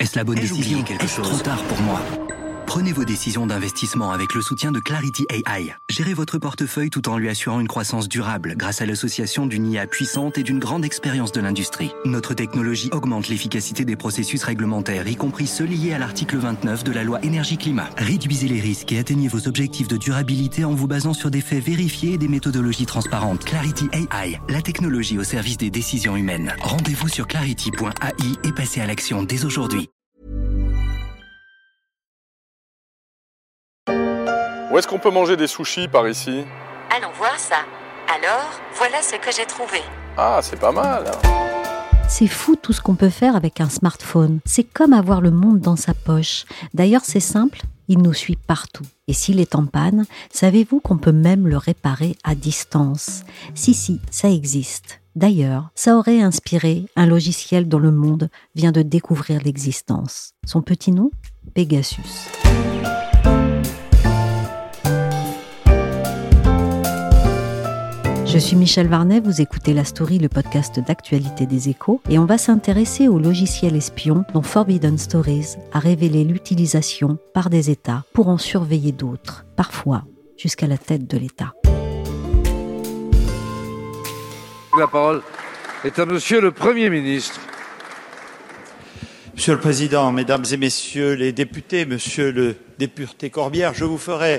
Est-ce la bonne décision? Est-ce trop tard pour moi? Prenez vos décisions d'investissement avec le soutien de Clarity AI. Gérez votre portefeuille tout en lui assurant une croissance durable grâce à l'association d'une IA puissante et d'une grande expérience de l'industrie. Notre technologie augmente l'efficacité des processus réglementaires, y compris ceux liés à l'article 29 de la loi Énergie-Climat. Réduisez les risques et atteignez vos objectifs de durabilité en vous basant sur des faits vérifiés et des méthodologies transparentes. Clarity AI, la technologie au service des décisions humaines. Rendez-vous sur clarity.ai et passez à l'action dès aujourd'hui. Où est-ce qu'on peut manger des sushis par ici? Allons voir ça. Alors, voilà ce que j'ai trouvé. Ah, c'est pas mal. C'est fou tout ce qu'on peut faire avec un smartphone. C'est comme avoir le monde dans sa poche. D'ailleurs, c'est simple, il nous suit partout. Et s'il est en panne, savez-vous qu'on peut même le réparer à distance? Si, ça existe. D'ailleurs, ça aurait inspiré un logiciel dont le monde vient de découvrir l'existence. Son petit nom? Pegasus. Je suis Michel Varnet, vous écoutez La Story, le podcast d'actualité des Échos, et on va s'intéresser au logiciel espion dont Forbidden Stories a révélé l'utilisation par des États pour en surveiller d'autres, parfois jusqu'à la tête de l'État. La parole est à Monsieur le Premier ministre. Monsieur le Président, Mesdames et Messieurs les députés, Monsieur le député Corbière, je vous ferai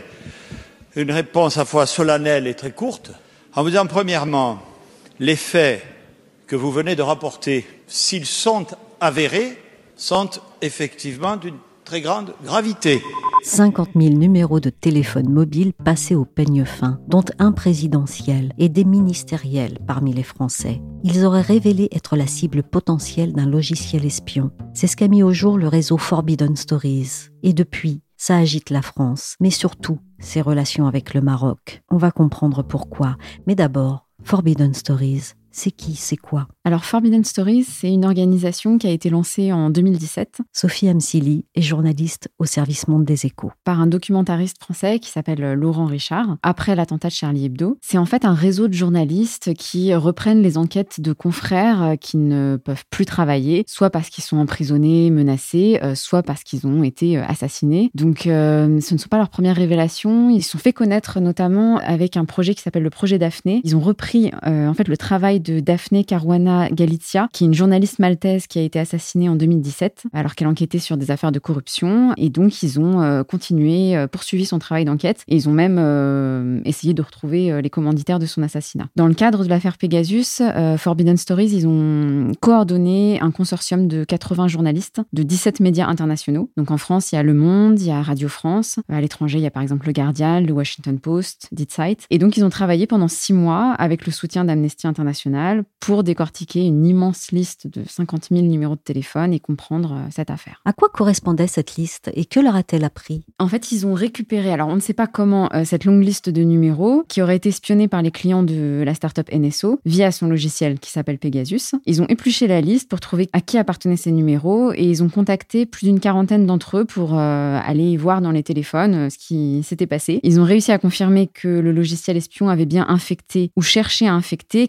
une réponse à la fois solennelle et très courte. En vous disant, premièrement, les faits que vous venez de rapporter, s'ils sont avérés, sont effectivement d'une très grande gravité. 50 000 numéros de téléphone mobile passés au peigne fin, dont un présidentiel et des ministériels parmi les Français. Ils auraient révélé être la cible potentielle d'un logiciel espion. C'est ce qu'a mis au jour le réseau Forbidden Stories. Et depuis, ça agite la France, mais surtout ses relations avec le Maroc. On va comprendre pourquoi. Mais d'abord, Forbidden Stories, c'est qui, c'est quoi? Alors Forbidden Stories, c'est une organisation qui a été lancée en 2017. Sophie Amsili est journaliste au service Monde des Échos. Par un documentariste français qui s'appelle Laurent Richard, après l'attentat de Charlie Hebdo. C'est en fait un réseau de journalistes qui reprennent les enquêtes de confrères qui ne peuvent plus travailler, soit parce qu'ils sont emprisonnés, menacés, soit parce qu'ils ont été assassinés. Donc ce ne sont pas leurs premières révélations. Ils se sont fait connaître notamment avec un projet qui s'appelle le projet Daphné. Ils ont repris en fait le travail de Daphné Caruana Galizia, qui est une journaliste maltaise qui a été assassinée en 2017 alors qu'elle enquêtait sur des affaires de corruption. Et donc, ils ont poursuivi son travail d'enquête et ils ont même essayé de retrouver les commanditaires de son assassinat. Dans le cadre de l'affaire Pegasus, Forbidden Stories, ils ont coordonné un consortium de 80 journalistes de 17 médias internationaux. Donc en France, il y a Le Monde, il y a Radio France. À l'étranger, il y a par exemple Le Guardian, Le Washington Post, Die Zeit. Et donc, ils ont travaillé pendant 6 mois avec le soutien d'Amnesty International pour décortiquer une immense liste de 50 000 numéros de téléphone et comprendre cette affaire. À quoi correspondait cette liste et que leur a-t-elle appris? En fait, ils ont récupéré, alors on ne sait pas comment, cette longue liste de numéros qui aurait été espionnée par les clients de la start-up NSO via son logiciel qui s'appelle Pegasus. Ils ont épluché la liste pour trouver à qui appartenaient ces numéros et ils ont contacté plus d'une quarantaine d'entre eux pour aller voir dans les téléphones ce qui s'était passé. Ils ont réussi à confirmer que le logiciel espion avait bien infecté ou cherché à infecter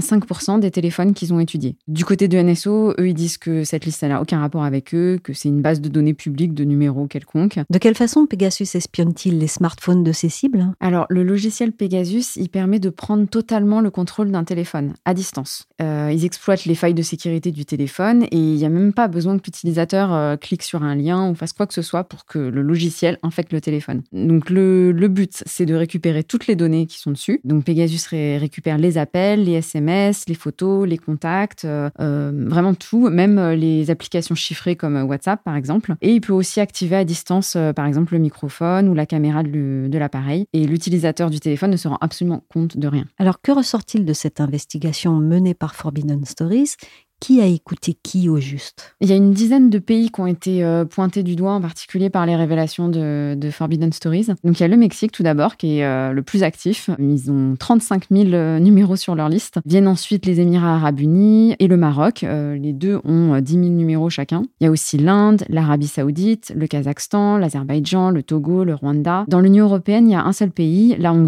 85% des téléphones qu'ils ont étudiés. Du côté de NSO, eux, ils disent que cette liste n'a aucun rapport avec eux, que c'est une base de données publique de numéros quelconques. De quelle façon Pegasus espionne-t-il les smartphones de ses cibles? Alors, le logiciel Pegasus, il permet de prendre totalement le contrôle d'un téléphone, à distance. Ils exploitent les failles de sécurité du téléphone et il n'y a même pas besoin que l'utilisateur clique sur un lien ou fasse quoi que ce soit pour que le logiciel infecte le téléphone. Donc, le but, c'est de récupérer toutes les données qui sont dessus. Donc, Pegasus récupère les appels, les SMS, les photos, les contacts, vraiment tout, même les applications chiffrées comme WhatsApp par exemple. Et il peut aussi activer à distance par exemple le microphone ou la caméra de l'appareil. Et l'utilisateur du téléphone ne se rend absolument compte de rien. Alors que ressort-il de cette investigation menée par Forbidden Stories? Qui a écouté qui au juste? Il y a une dizaine de pays qui ont été pointés du doigt, en particulier par les révélations de Forbidden Stories. Donc il y a le Mexique tout d'abord, qui est le plus actif. Ils ont 35 000 numéros sur leur liste. Viennent ensuite les Émirats Arabes Unis et le Maroc. Les deux ont 10 000 numéros chacun. Il y a aussi l'Inde, l'Arabie Saoudite, le Kazakhstan, l'Azerbaïdjan, le Togo, le Rwanda. Dans l'Union européenne, il y a un seul pays, la Hongrie,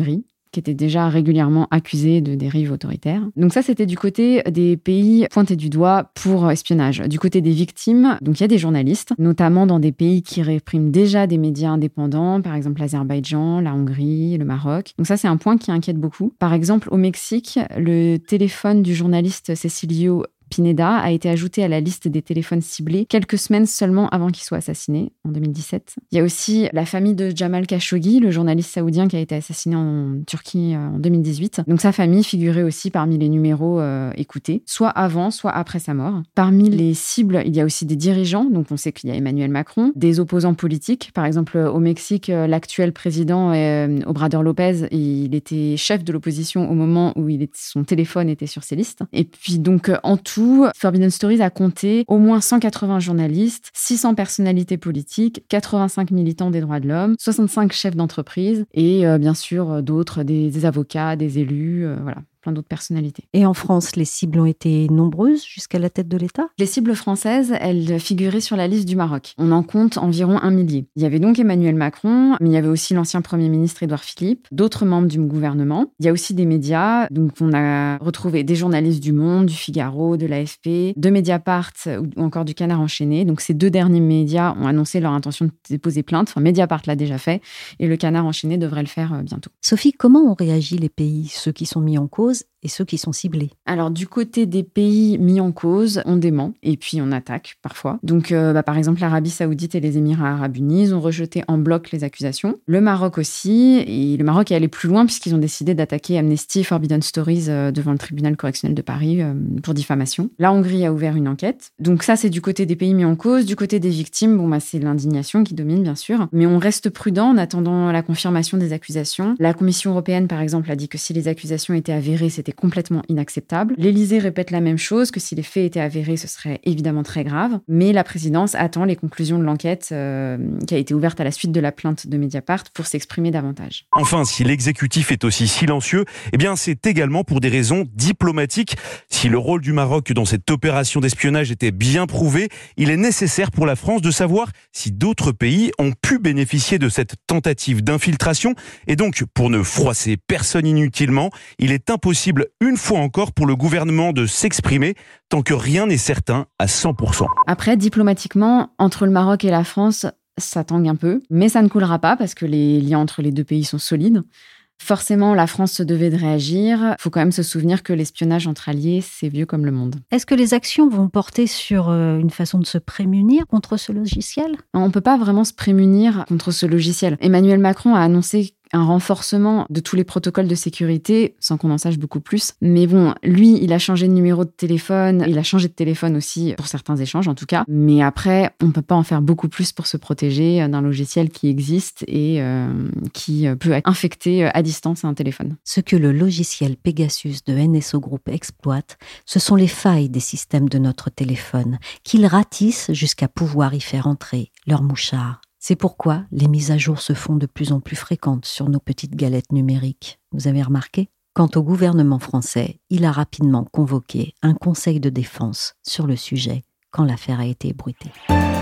qui était déjà régulièrement accusé de dérives autoritaires. Donc ça, c'était du côté des pays pointés du doigt pour espionnage. Du côté des victimes, donc il y a des journalistes, notamment dans des pays qui répriment déjà des médias indépendants, par exemple l'Azerbaïdjan, la Hongrie, le Maroc. Donc ça, c'est un point qui inquiète beaucoup. Par exemple, au Mexique, le téléphone du journaliste Cecilio Pineda a été ajouté à la liste des téléphones ciblés quelques semaines seulement avant qu'il soit assassiné, en 2017. Il y a aussi la famille de Jamal Khashoggi, le journaliste saoudien qui a été assassiné en Turquie en 2018. Donc sa famille figurait aussi parmi les numéros écoutés, soit avant, soit après sa mort. Parmi les cibles, il y a aussi des dirigeants, donc on sait qu'il y a Emmanuel Macron, des opposants politiques. Par exemple, au Mexique, l'actuel président Obrador López, il était chef de l'opposition au moment où son téléphone était sur ses listes. Et puis donc, en tout, Forbidden Stories a compté au moins 180 journalistes, 600 personnalités politiques, 85 militants des droits de l'homme, 65 chefs d'entreprise et bien sûr d'autres, des avocats, des élus, voilà. Plein d'autres personnalités. Et en France, les cibles ont été nombreuses jusqu'à la tête de l'État ? Les cibles françaises, elles figuraient sur la liste du Maroc. On en compte environ 1 millier. Il y avait donc Emmanuel Macron, mais il y avait aussi l'ancien Premier ministre Édouard Philippe, d'autres membres du gouvernement. Il y a aussi des médias, donc on a retrouvé des journalistes du Monde, du Figaro, de l'AFP, de Mediapart ou encore du Canard enchaîné. Donc ces 2 derniers médias ont annoncé leur intention de déposer plainte. Enfin, Mediapart l'a déjà fait et le Canard enchaîné devrait le faire bientôt. Sophie, comment ont réagi les pays, ceux qui sont mis en cause et ceux qui sont ciblés? Alors, du côté des pays mis en cause, on dément et puis on attaque parfois. Donc, par exemple, l'Arabie Saoudite et les Émirats Arabes Unis ont rejeté en bloc les accusations. Le Maroc aussi, et le Maroc est allé plus loin puisqu'ils ont décidé d'attaquer Amnesty Forbidden Stories devant le tribunal correctionnel de Paris pour diffamation. La Hongrie a ouvert une enquête. Donc ça, c'est du côté des pays mis en cause. Du côté des victimes, c'est l'indignation qui domine, bien sûr. Mais on reste prudent en attendant la confirmation des accusations. La Commission européenne, par exemple, a dit que si les accusations étaient avérées, c'était complètement inacceptable. L'Élysée répète la même chose, que si les faits étaient avérés, ce serait évidemment très grave. Mais la présidence attend les conclusions de l'enquête qui a été ouverte à la suite de la plainte de Mediapart pour s'exprimer davantage. Enfin, si l'exécutif est aussi silencieux, c'est également pour des raisons diplomatiques. Si le rôle du Maroc dans cette opération d'espionnage était bien prouvé, il est nécessaire pour la France de savoir si d'autres pays ont pu bénéficier de cette tentative d'infiltration. Et donc, pour ne froisser personne inutilement, il est impossible une fois encore pour le gouvernement de s'exprimer tant que rien n'est certain à 100%. Après, diplomatiquement, entre le Maroc et la France, ça tangue un peu, mais ça ne coulera pas parce que les liens entre les 2 pays sont solides. Forcément, la France se devait de réagir. Il faut quand même se souvenir que l'espionnage entre alliés, c'est vieux comme le monde. Est-ce que les actions vont porter sur une façon de se prémunir contre ce logiciel ? On ne peut pas vraiment se prémunir contre ce logiciel. Emmanuel Macron a annoncé un renforcement de tous les protocoles de sécurité, sans qu'on en sache beaucoup plus. Mais lui, il a changé de numéro de téléphone, il a changé de téléphone aussi pour certains échanges en tout cas. Mais après, on ne peut pas en faire beaucoup plus pour se protéger d'un logiciel qui existe et qui peut infecter à distance un téléphone. Ce que le logiciel Pegasus de NSO Group exploite, ce sont les failles des systèmes de notre téléphone, qu'ils ratissent jusqu'à pouvoir y faire entrer leurs mouchards. C'est pourquoi les mises à jour se font de plus en plus fréquentes sur nos petites galettes numériques. Vous avez remarqué ? Quant au gouvernement français, il a rapidement convoqué un conseil de défense sur le sujet quand l'affaire a été ébruitée.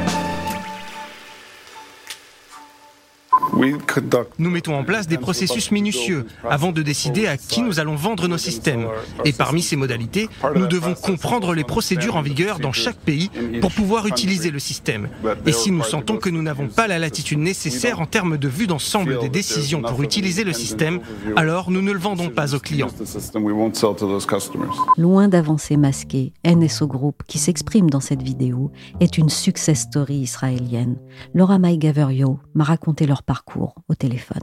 Nous mettons en place des processus minutieux avant de décider à qui nous allons vendre nos systèmes. Et parmi ces modalités, nous devons comprendre les procédures en vigueur dans chaque pays pour pouvoir utiliser le système. Et si nous sentons que nous n'avons pas la latitude nécessaire en termes de vue d'ensemble des décisions pour utiliser le système, alors nous ne le vendons pas aux clients. Loin d'avancer masqué, NSO Group, qui s'exprime dans cette vidéo, est une success story israélienne. Laura Maï-Gaverio m'a raconté leur parcours au téléphone.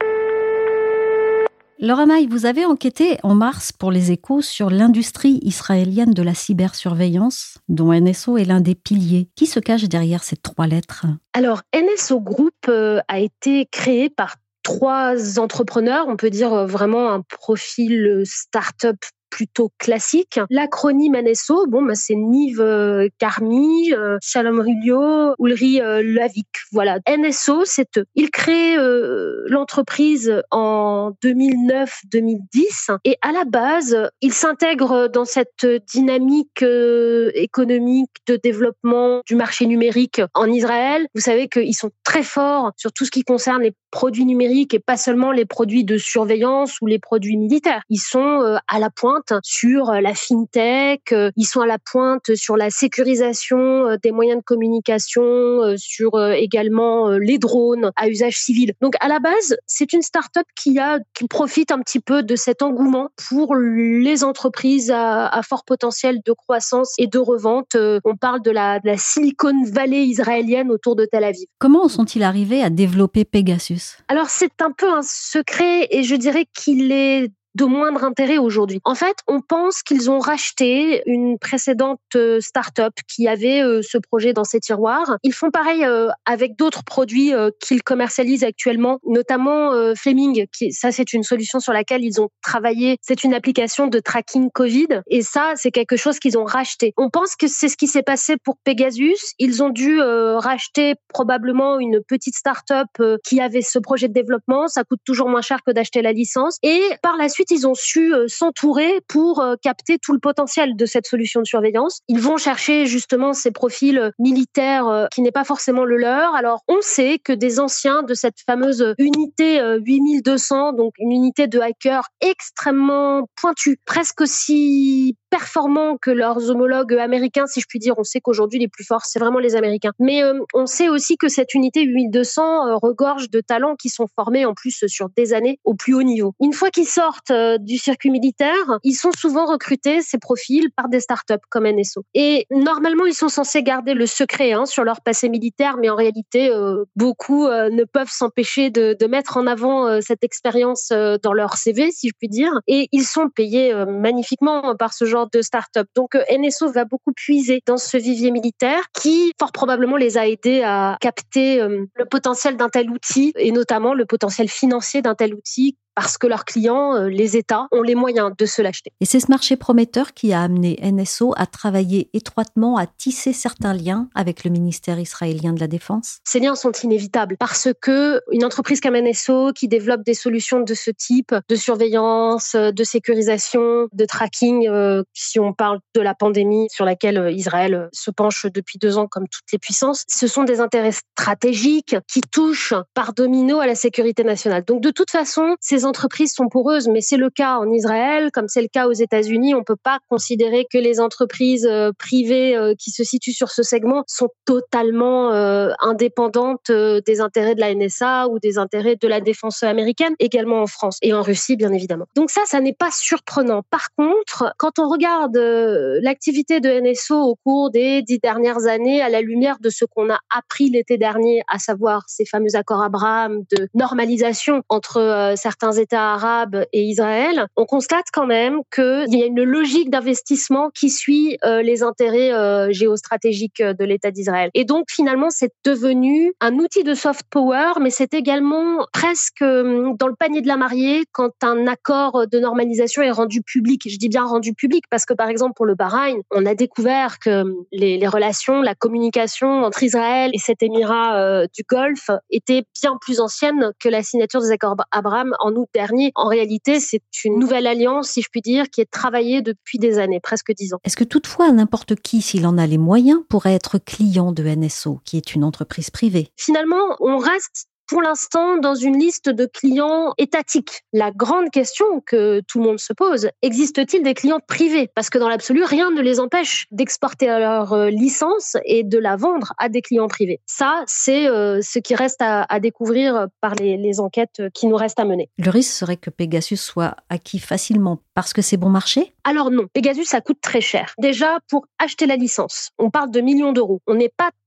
Laura Maï, vous avez enquêté en mars pour les Échos sur l'industrie israélienne de la cybersurveillance, dont NSO est l'un des piliers. Qui se cache derrière ces 3 lettres ? Alors, NSO Group a été créé par 3 entrepreneurs, on peut dire vraiment un profil start-up plutôt classique. L'acronyme NSO, c'est Niv Karmi, Shalom Rulio, Ulri Lavik. Voilà, NSO, c'est eux. Ils créent l'entreprise en 2009-2010 et à la base, ils s'intègrent dans cette dynamique économique de développement du marché numérique en Israël. Vous savez qu'ils sont très forts sur tout ce qui concerne les produits numériques et pas seulement les produits de surveillance ou les produits militaires. Ils sont à la pointe sur la fintech, ils sont à la pointe sur la sécurisation des moyens de communication, sur également les drones à usage civil. Donc à la base, c'est une start-up qui profite un petit peu de cet engouement pour les entreprises à fort potentiel de croissance et de revente. On parle de la Silicon Valley israélienne autour de Tel Aviv. Comment sont-ils arrivés à développer Pegasus ? Alors c'est un peu un secret et je dirais qu'il est de moindre intérêt aujourd'hui. En fait, on pense qu'ils ont racheté une précédente start-up qui avait ce projet dans ses tiroirs. Ils font pareil avec d'autres produits qu'ils commercialisent actuellement, notamment Fleming. Ça, c'est une solution sur laquelle ils ont travaillé. C'est une application de tracking Covid et ça, c'est quelque chose qu'ils ont racheté. On pense que c'est ce qui s'est passé pour Pegasus. Ils ont dû racheter probablement une petite start-up qui avait ce projet de développement. Ça coûte toujours moins cher que d'acheter la licence. Et par la suite, ils ont su s'entourer pour capter tout le potentiel de cette solution de surveillance. Ils vont chercher justement ces profils militaires qui n'est pas forcément le leur. Alors, on sait que des anciens de cette fameuse unité 8200, donc une unité de hackers extrêmement pointue, presque aussi performants que leurs homologues américains, si je puis dire. On sait qu'aujourd'hui, les plus forts, c'est vraiment les Américains. Mais on sait aussi que cette unité 8200 regorge de talents qui sont formés en plus sur des années au plus haut niveau. Une fois qu'ils sortent du circuit militaire, ils sont souvent recrutés, ces profils, par des startups comme NSO. Et normalement, ils sont censés garder le secret sur leur passé militaire, mais en réalité, beaucoup ne peuvent s'empêcher de mettre en avant cette expérience dans leur CV, si je puis dire. Et ils sont payés magnifiquement par ce genre de start-up. Donc, NSO va beaucoup puiser dans ce vivier militaire qui, fort probablement, les a aidés à capter le potentiel d'un tel outil et notamment le potentiel financier d'un tel outil parce que leurs clients, les États, ont les moyens de se l'acheter. Et c'est ce marché prometteur qui a amené NSO à travailler étroitement, à tisser certains liens avec le ministère israélien de la Défense. Ces liens sont inévitables parce que une entreprise comme NSO qui développe des solutions de ce type, de surveillance, de sécurisation, de tracking, si on parle de la pandémie sur laquelle Israël se penche depuis 2 ans comme toutes les puissances, ce sont des intérêts stratégiques qui touchent par domino à la sécurité nationale. Donc de toute façon, ces entreprises sont poreuses, mais c'est le cas en Israël, comme c'est le cas aux États-Unis. On ne peut pas considérer que les entreprises privées qui se situent sur ce segment sont totalement indépendantes des intérêts de la NSA ou des intérêts de la défense américaine, également en France et en Russie, bien évidemment. Donc ça n'est pas surprenant. Par contre, quand on regarde l'activité de NSO au cours des 10 dernières années, à la lumière de ce qu'on a appris l'été dernier, à savoir ces fameux accords Abraham de normalisation entre certains États arabes et Israël, on constate quand même qu'il y a une logique d'investissement qui suit les intérêts géostratégiques de l'État d'Israël. Et donc finalement, c'est devenu un outil de soft power, mais c'est également presque dans le panier de la mariée quand un accord de normalisation est rendu public. Je dis bien rendu public parce que par exemple pour le Bahreïn, on a découvert que les relations, la communication entre Israël et cet émirat du Golfe étaient bien plus anciennes que la signature des accords Abraham en août dernier. En réalité, c'est une nouvelle alliance, si je puis dire, qui est travaillée depuis des années, presque 10 ans. Est-ce que toutefois, n'importe qui, s'il en a les moyens, pourrait être client de NSO, qui est une entreprise privée ? Finalement, on reste pour l'instant dans une liste de clients étatiques. La grande question que tout le monde se pose, existe-t-il des clients privés ? Parce que dans l'absolu, rien ne les empêche d'exporter leur licence et de la vendre à des clients privés. Ça, c'est ce qui reste à découvrir par les enquêtes qui nous restent à mener. Le risque serait que Pegasus soit acquis facilement parce que c'est bon marché ? Alors non, Pegasus, ça coûte très cher. Déjà, pour acheter la licence, on parle de millions d'euros. On n'est pas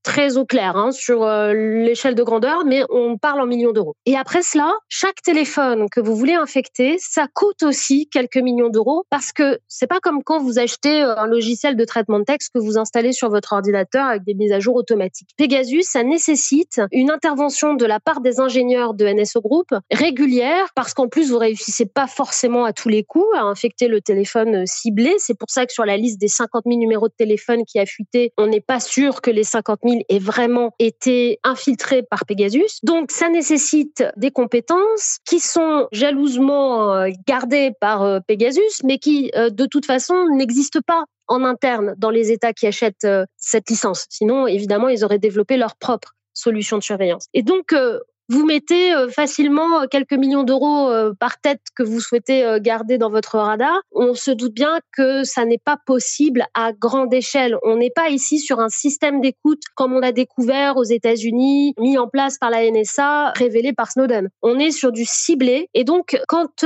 très au clair sur l'échelle de grandeur, mais on parle en millions d'euros. Et après cela, chaque téléphone que vous voulez infecter, ça coûte aussi quelques millions d'euros parce que c'est pas comme quand vous achetez un logiciel de traitement de texte que vous installez sur votre ordinateur avec des mises à jour automatiques. Pegasus, ça nécessite une intervention de la part des ingénieurs de NSO Group régulière parce qu'en plus, vous réussissez pas forcément à tous les coups à infecter le téléphone ciblé. C'est pour ça que sur la liste des 50 000 numéros de téléphone qui a fuité, on n'est pas sûr que les 50 000 aient vraiment été infiltrés par Pegasus. Donc, ça nécessite des compétences qui sont jalousement gardées par Pegasus, mais qui, de toute façon, n'existent pas en interne dans les États qui achètent cette licence. Sinon, évidemment, ils auraient développé leur propre solution de surveillance. Et donc, vous mettez facilement quelques millions d'euros par tête que vous souhaitez garder dans votre radar. On se doute bien que ça n'est pas possible à grande échelle. On n'est pas ici sur un système d'écoute comme on l'a découvert aux États-Unis, mis en place par la NSA, révélé par Snowden. On est sur du ciblé. Et donc, quand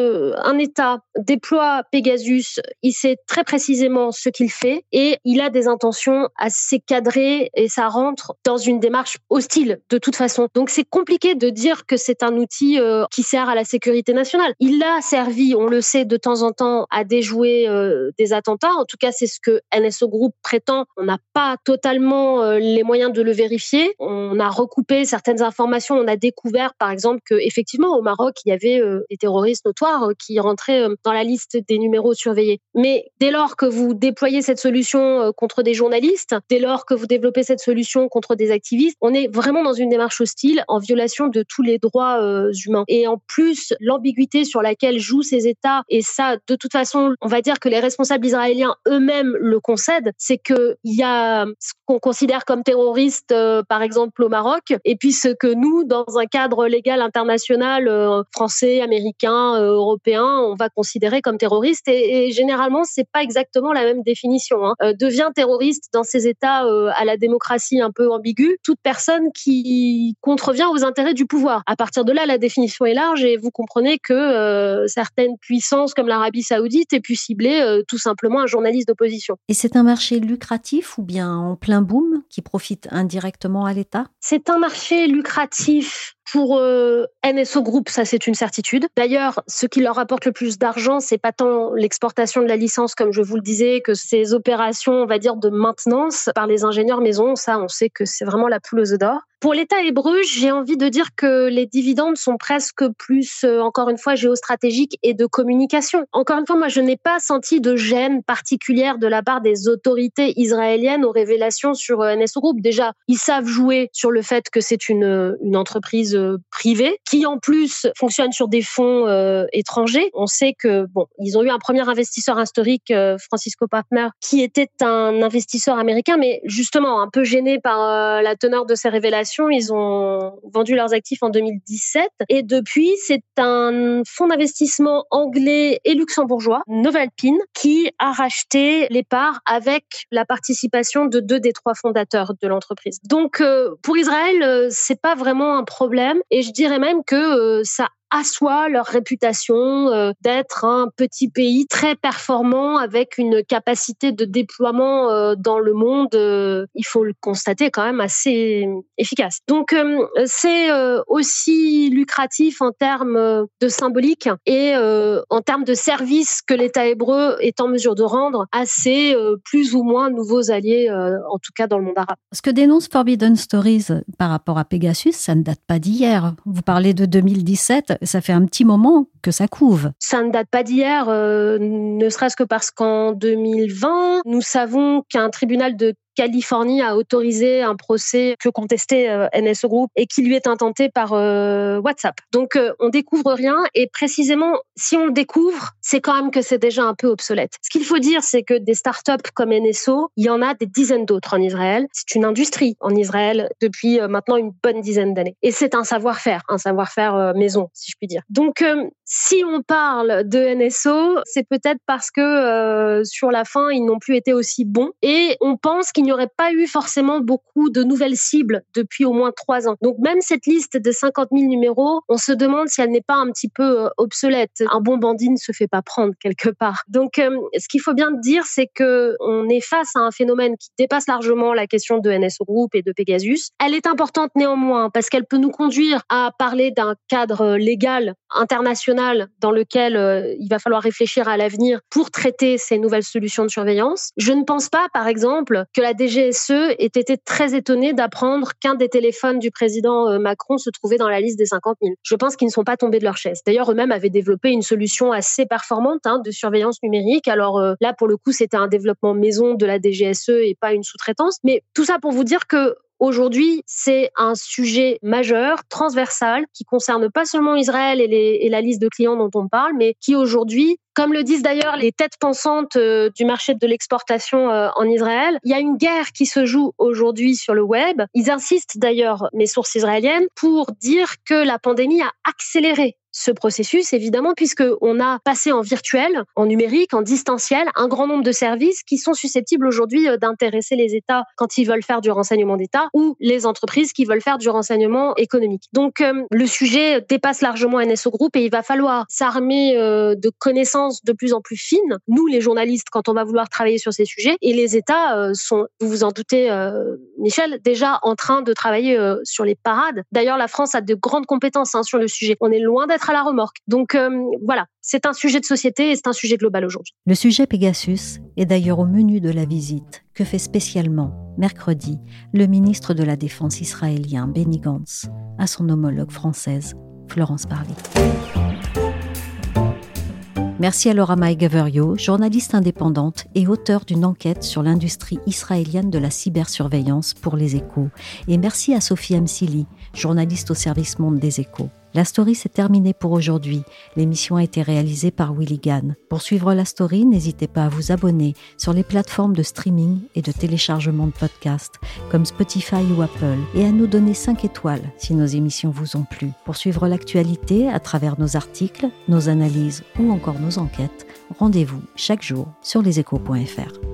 un État déploie Pegasus, il sait très précisément ce qu'il fait et il a des intentions assez cadrées et ça rentre dans une démarche hostile de toute façon. Donc, c'est compliqué de dire que c'est un outil qui sert à la sécurité nationale. Il a servi, on le sait, de temps en temps à déjouer des attentats. En tout cas, c'est ce que NSO Group prétend. On n'a pas totalement les moyens de le vérifier. On a recoupé certaines informations. On a découvert, par exemple, qu'effectivement, au Maroc, il y avait des terroristes notoires qui rentraient dans la liste des numéros surveillés. Mais dès lors que vous déployez cette solution contre des journalistes, dès lors que vous développez cette solution contre des activistes, on est vraiment dans une démarche hostile, en violation de tous les droits humains. Et en plus, l'ambiguïté sur laquelle jouent ces États, et ça, de toute façon, on va dire que les responsables israéliens eux-mêmes le concèdent, c'est qu'il y a ce qu'on considère comme terroriste, par exemple au Maroc, et puis ce que nous, dans un cadre légal international, français, américain, européen, on va considérer comme terroriste. Et généralement, c'est pas exactement la même définition. Devient terroriste dans ces États à la démocratie un peu ambiguë toute personne qui contrevient aux intérêts du pouvoir. À partir de là, la définition est large et vous comprenez que certaines puissances comme l'Arabie Saoudite aient pu cibler tout simplement un journaliste d'opposition. Et c'est un marché lucratif ou bien en plein boom qui profite indirectement à l'État ? C'est un marché lucratif pour NSO Group, ça c'est une certitude. D'ailleurs, ce qui leur apporte le plus d'argent, c'est pas tant l'exportation de la licence, comme je vous le disais, que ces opérations, on va dire, de maintenance par les ingénieurs maison. Ça, on sait que c'est vraiment la poule aux œufs d'or. Pour l'État hébreu, j'ai envie de dire que les dividendes sont presque plus, encore une fois, géostratégiques et de communication. Encore une fois, moi, je n'ai pas senti de gêne particulière de la part des autorités israéliennes aux révélations sur NSO Group. Déjà, ils savent jouer sur le fait que c'est une entreprise privée qui, en plus, fonctionne sur des fonds étrangers. On sait que, ils ont eu un premier investisseur historique, Francisco Partner, qui était un investisseur américain, mais justement, un peu gêné par la teneur de ces révélations. Ils ont vendu leurs actifs en 2017 et depuis, c'est un fonds d'investissement anglais et luxembourgeois, Novalpine, qui a racheté les parts avec la participation de 2 des 3 fondateurs de l'entreprise. Donc, pour Israël, c'est pas vraiment un problème et je dirais même que ça assoit leur réputation d'être un petit pays très performant avec une capacité de déploiement dans le monde, il faut le constater, quand même assez efficace. Donc, c'est aussi lucratif en termes de symbolique et en termes de services que l'État hébreu est en mesure de rendre à ses plus ou moins nouveaux alliés, en tout cas dans le monde arabe. Ce que dénonce Forbidden Stories par rapport à Pegasus, ça ne date pas d'hier. Vous parlez de 2017, ça fait un petit moment que ça couve. Ça ne date pas d'hier, ne serait-ce que parce qu'en 2020, nous savons qu'un tribunal de Californie a autorisé un procès que contestait NSO Group et qui lui est intenté par WhatsApp. Donc, on découvre rien et précisément, si on le découvre, c'est quand même que c'est déjà un peu obsolète. Ce qu'il faut dire, c'est que des startups comme NSO, il y en a des dizaines d'autres en Israël. C'est une industrie en Israël depuis maintenant une bonne dizaine d'années. Et c'est un savoir-faire maison, si je puis dire. Donc, Si on parle de NSO, c'est peut-être parce que sur la fin, ils n'ont plus été aussi bons. Et on pense qu'il n'y aurait pas eu forcément beaucoup de nouvelles cibles depuis au moins 3 ans. Donc même cette liste de 50 000 numéros, on se demande si elle n'est pas un petit peu obsolète. Un bon bandit ne se fait pas prendre quelque part. Donc ce qu'il faut bien dire, c'est qu'on est face à un phénomène qui dépasse largement la question de NSO Group et de Pegasus. Elle est importante néanmoins parce qu'elle peut nous conduire à parler d'un cadre légal international dans lequel il va falloir réfléchir à l'avenir pour traiter ces nouvelles solutions de surveillance. Je ne pense pas, par exemple, que la DGSE ait été très étonnée d'apprendre qu'un des téléphones du président Macron se trouvait dans la liste des 50 000. Je pense qu'ils ne sont pas tombés de leur chaise. D'ailleurs, eux-mêmes avaient développé une solution assez performante de surveillance numérique. Alors là, pour le coup, c'était un développement maison de la DGSE et pas une sous-traitance. Mais tout ça pour vous dire que aujourd'hui, c'est un sujet majeur, transversal, qui concerne pas seulement Israël et la liste de clients dont on parle, mais qui aujourd'hui, comme le disent d'ailleurs les têtes pensantes du marché de l'exportation en Israël, il y a une guerre qui se joue aujourd'hui sur le web. Ils insistent d'ailleurs, mes sources israéliennes, pour dire que la pandémie a accéléré ce processus, évidemment, puisqu'on a passé en virtuel, en numérique, en distanciel, un grand nombre de services qui sont susceptibles aujourd'hui d'intéresser les États quand ils veulent faire du renseignement d'État ou les entreprises qui veulent faire du renseignement économique. Donc, le sujet dépasse largement NSO Group et il va falloir s'armer de connaissances de plus en plus fines. Nous, les journalistes, quand on va vouloir travailler sur ces sujets, et les États sont, vous vous en doutez, Michel, déjà en train de travailler sur les parades. D'ailleurs, la France a de grandes compétences sur le sujet. On est loin d'être à la remorque. Donc voilà, c'est un sujet de société et c'est un sujet global aujourd'hui. Le sujet Pegasus est d'ailleurs au menu de la visite que fait spécialement, mercredi, le ministre de la Défense israélien Benny Gantz à son homologue française Florence Parly. Merci à Laura Maïgaverio, journaliste indépendante et auteure d'une enquête sur l'industrie israélienne de la cybersurveillance pour Les Échos. Et merci à Sophie Msili, journaliste au service Monde des Échos. La story s'est terminée pour aujourd'hui. L'émission a été réalisée par Willy Gann. Pour suivre la story, n'hésitez pas à vous abonner sur les plateformes de streaming et de téléchargement de podcasts comme Spotify ou Apple et à nous donner 5 étoiles si nos émissions vous ont plu. Pour suivre l'actualité à travers nos articles, nos analyses ou encore nos enquêtes, rendez-vous chaque jour sur leséchos.fr.